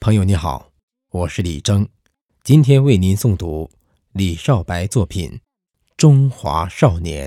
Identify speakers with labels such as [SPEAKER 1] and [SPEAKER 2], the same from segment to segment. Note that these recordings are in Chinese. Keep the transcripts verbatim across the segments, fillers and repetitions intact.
[SPEAKER 1] 朋友你好，我是李征，今天为您诵读李少白作品《中华少年》。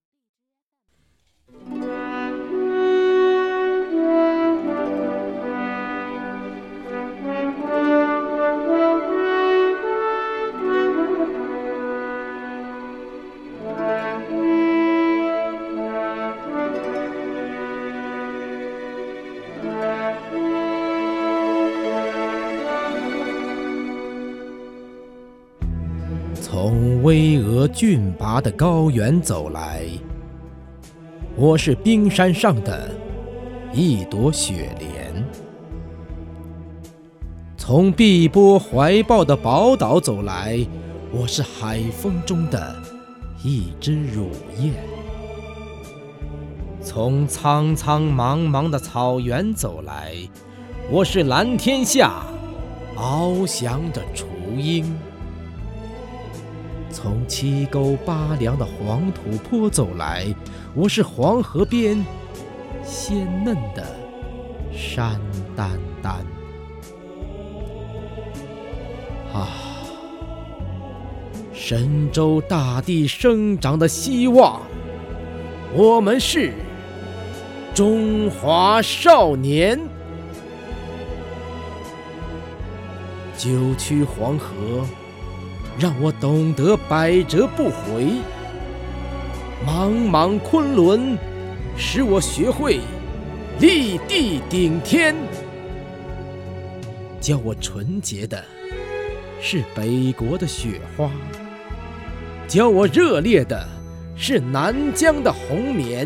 [SPEAKER 1] 从巍峨峻拔的高原走来，我是冰山上的一朵雪莲；从碧波怀抱的宝岛走来，我是海风中的一只乳燕；从苍苍茫茫的草原走来，我是蓝天下翱翔的雏鹰；从七沟八梁的黄土坡走来，我是黄河边鲜嫩的山丹丹。啊，神州大地生长的希望，我们是中华少年。九曲黄河让我懂得百折不回，茫茫昆仑使我学会立地顶天。教我纯洁的是北国的雪花，教我热烈的是南疆的红棉。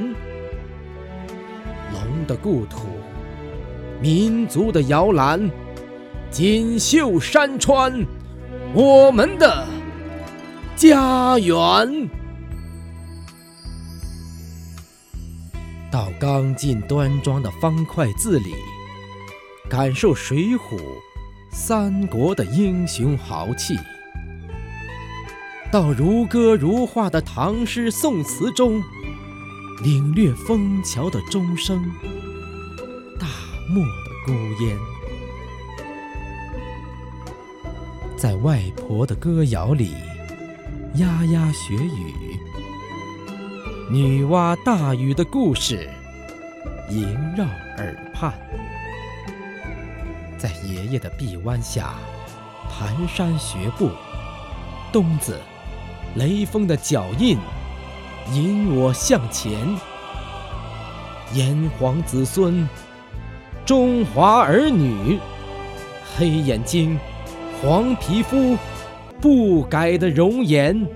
[SPEAKER 1] 龙的故土，民族的摇篮，锦绣山川，我们的家园。到刚劲端庄的方块字里，感受水浒三国的英雄豪气；到如歌如画的唐诗宋词中，领略枫桥的钟声，大漠的孤烟。在外婆的歌谣里，牙牙学语；女娲大禹的故事萦绕耳畔。在爷爷的臂弯下蹒跚学步，冬子、雷锋的脚印引我向前。炎黄子孙，中华儿女，黑眼睛，黄皮肤，不改的容颜。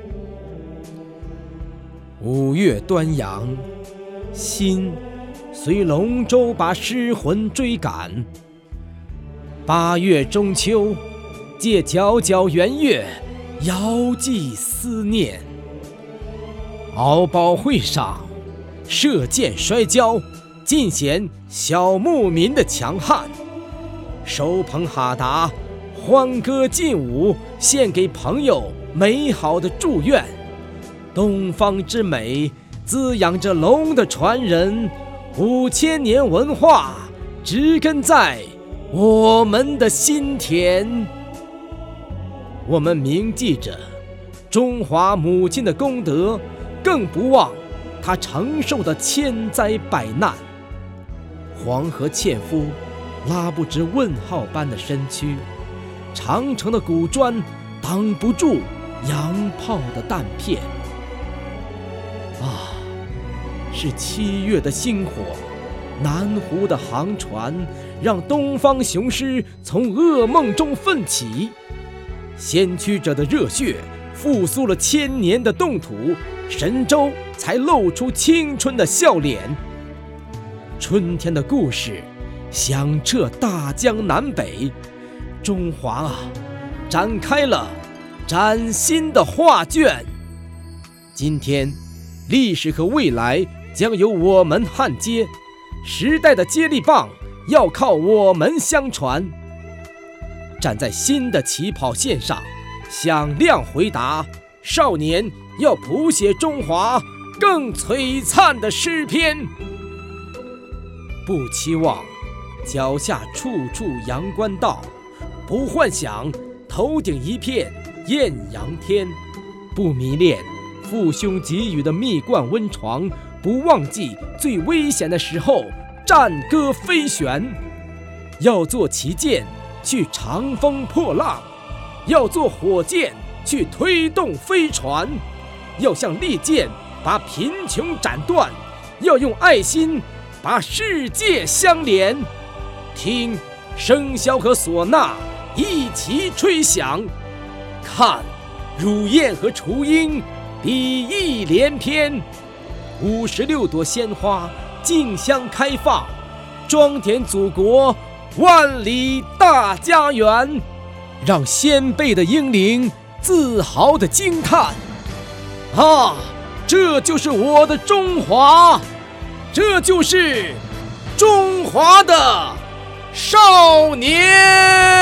[SPEAKER 1] 五月端阳，心随龙舟把诗魂追赶；八月中秋，借皎皎圆月遥寄思念。敖包会上，射箭摔跤，尽显小牧民的强悍；手捧哈达，欢歌劲舞，献给朋友美好的祝愿。东方之美，滋养着龙的传人，五千年文化植根在我们的心田。我们铭记着中华母亲的功德，更不忘她承受的千灾百难。黄河纤夫拉不直问号般的身躯，长城的古砖挡不住洋炮的弹片。啊，是七月的星火，南湖的航船，让东方雄狮从噩梦中奋起。先驱者的热血复苏了千年的冻土，神州才露出青春的笑脸。春天的故事响彻大江南北，中华啊，展开了崭新的画卷。今天，历史和未来将由我们焊接，时代的接力棒要靠我们相传。站在新的起跑线上，响亮回答，少年要谱写中华更璀璨的诗篇。不期望脚下处处阳关道， 不幻想头顶一片艳阳天，不迷恋父兄给予的蜜罐温床，不忘记最危险的时候战歌飞旋。要做旗舰去长风破浪，要做火箭去推动飞船，要像利剑把贫穷斩断，要用爱心把世界相连。听笙箫和唢呐一齐吹响，看乳燕和雏鹰比翼连篇。五十六朵鲜花竞相开放，装点祖国万里大家园，让先辈的英灵自豪地惊叹：啊，这就是我的中华，这就是中华的少年。